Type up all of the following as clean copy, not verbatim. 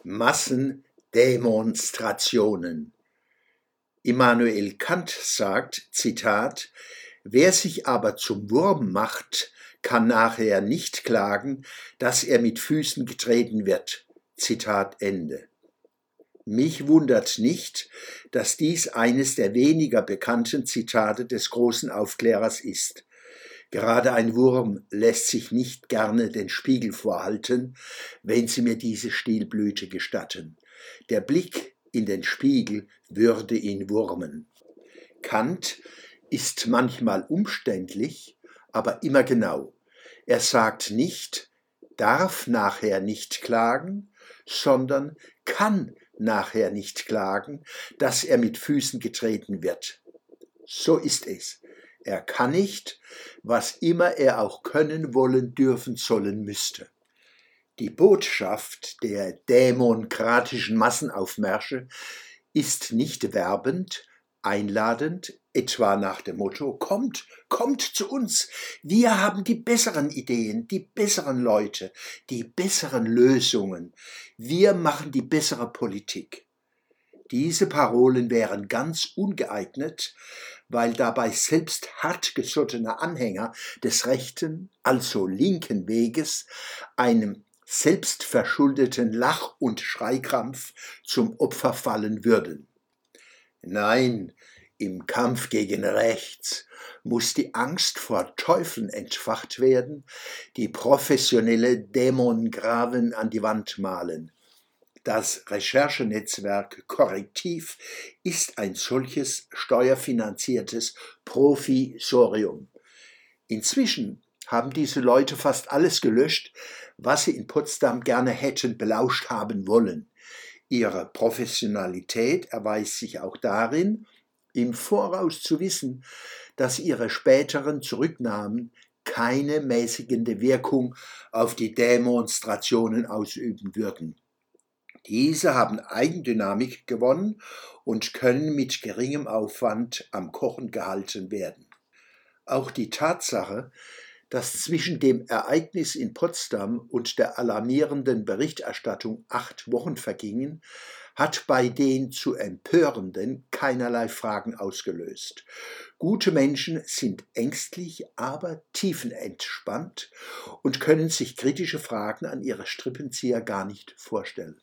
Massendemonstrationen. Immanuel Kant sagt, Zitat, »Wer sich aber zum Wurm macht, kann nachher nicht klagen, dass er mit Füßen getreten wird.« Zitat Ende. Mich wundert nicht, dass dies eines der weniger bekannten Zitate des großen Aufklärers ist. Gerade ein Wurm lässt sich nicht gerne den Spiegel vorhalten, wenn Sie mir diese Stilblüte gestatten. Der Blick in den Spiegel würde ihn wurmen. Kant ist manchmal umständlich, aber immer genau. Er sagt nicht, darf nachher nicht klagen, sondern kann nachher nicht klagen, dass er mit Füßen getreten wird. So ist es. Er kann nicht, was immer er auch können, wollen, dürfen, sollen müsste. Die Botschaft der dämonkratischen Massenaufmärsche ist nicht werbend, einladend, etwa nach dem Motto, kommt zu uns, wir haben die besseren Ideen, die besseren Leute, die besseren Lösungen, wir machen die bessere Politik. Diese Parolen wären ganz ungeeignet, weil dabei selbst hartgesottene Anhänger des rechten, also linken Weges, einem selbstverschuldeten Lach- und Schreikrampf zum Opfer fallen würden. Nein, im Kampf gegen rechts muss die Angst vor Teufeln entfacht werden, die professionelle Dämonengraven an die Wand malen. Das Recherchenetzwerk Korrektiv ist ein solches steuerfinanziertes Provisorium. Inzwischen haben diese Leute fast alles gelöscht, was sie in Potsdam gerne hätten belauscht haben wollen. Ihre Professionalität erweist sich auch darin, im Voraus zu wissen, dass ihre späteren Zurücknahmen keine mäßigende Wirkung auf die Demonstrationen ausüben würden. Diese haben Eigendynamik gewonnen und können mit geringem Aufwand am Kochen gehalten werden. Auch die Tatsache, dass zwischen dem Ereignis in Potsdam und der alarmierenden Berichterstattung 8 Wochen vergingen, hat bei den zu Empörenden keinerlei Fragen ausgelöst. Gute Menschen sind ängstlich, aber tiefenentspannt und können sich kritische Fragen an ihre Strippenzieher gar nicht vorstellen.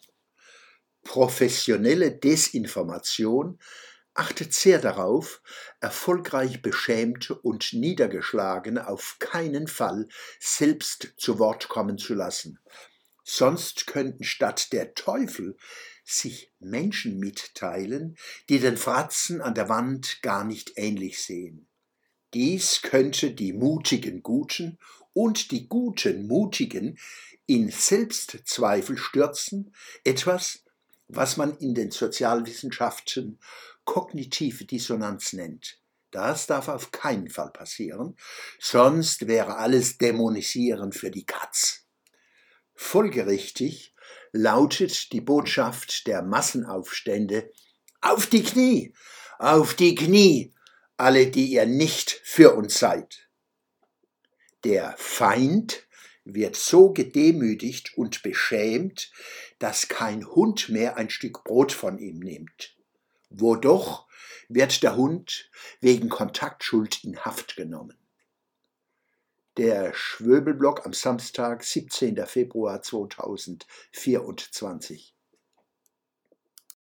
Professionelle Desinformation achtet sehr darauf, erfolgreich Beschämte und Niedergeschlagene auf keinen Fall selbst zu Wort kommen zu lassen. Sonst könnten statt der Teufel sich Menschen mitteilen, die den Fratzen an der Wand gar nicht ähnlich sehen. Dies könnte die mutigen Guten und die guten Mutigen in Selbstzweifel stürzen, etwas, was man in den Sozialwissenschaften kognitive Dissonanz nennt. Das darf auf keinen Fall passieren, sonst wäre alles Dämonisieren für die Katz. Folgerichtig lautet die Botschaft der Massenaufstände: Auf die Knie, alle, die ihr nicht für uns seid. Der Feind wird so gedemütigt und beschämt, dass kein Hund mehr ein Stück Brot von ihm nimmt. Wo doch wird der Hund wegen Kontaktschuld in Haft genommen. Der Schwöbelblock am Samstag, 17. Februar 2024.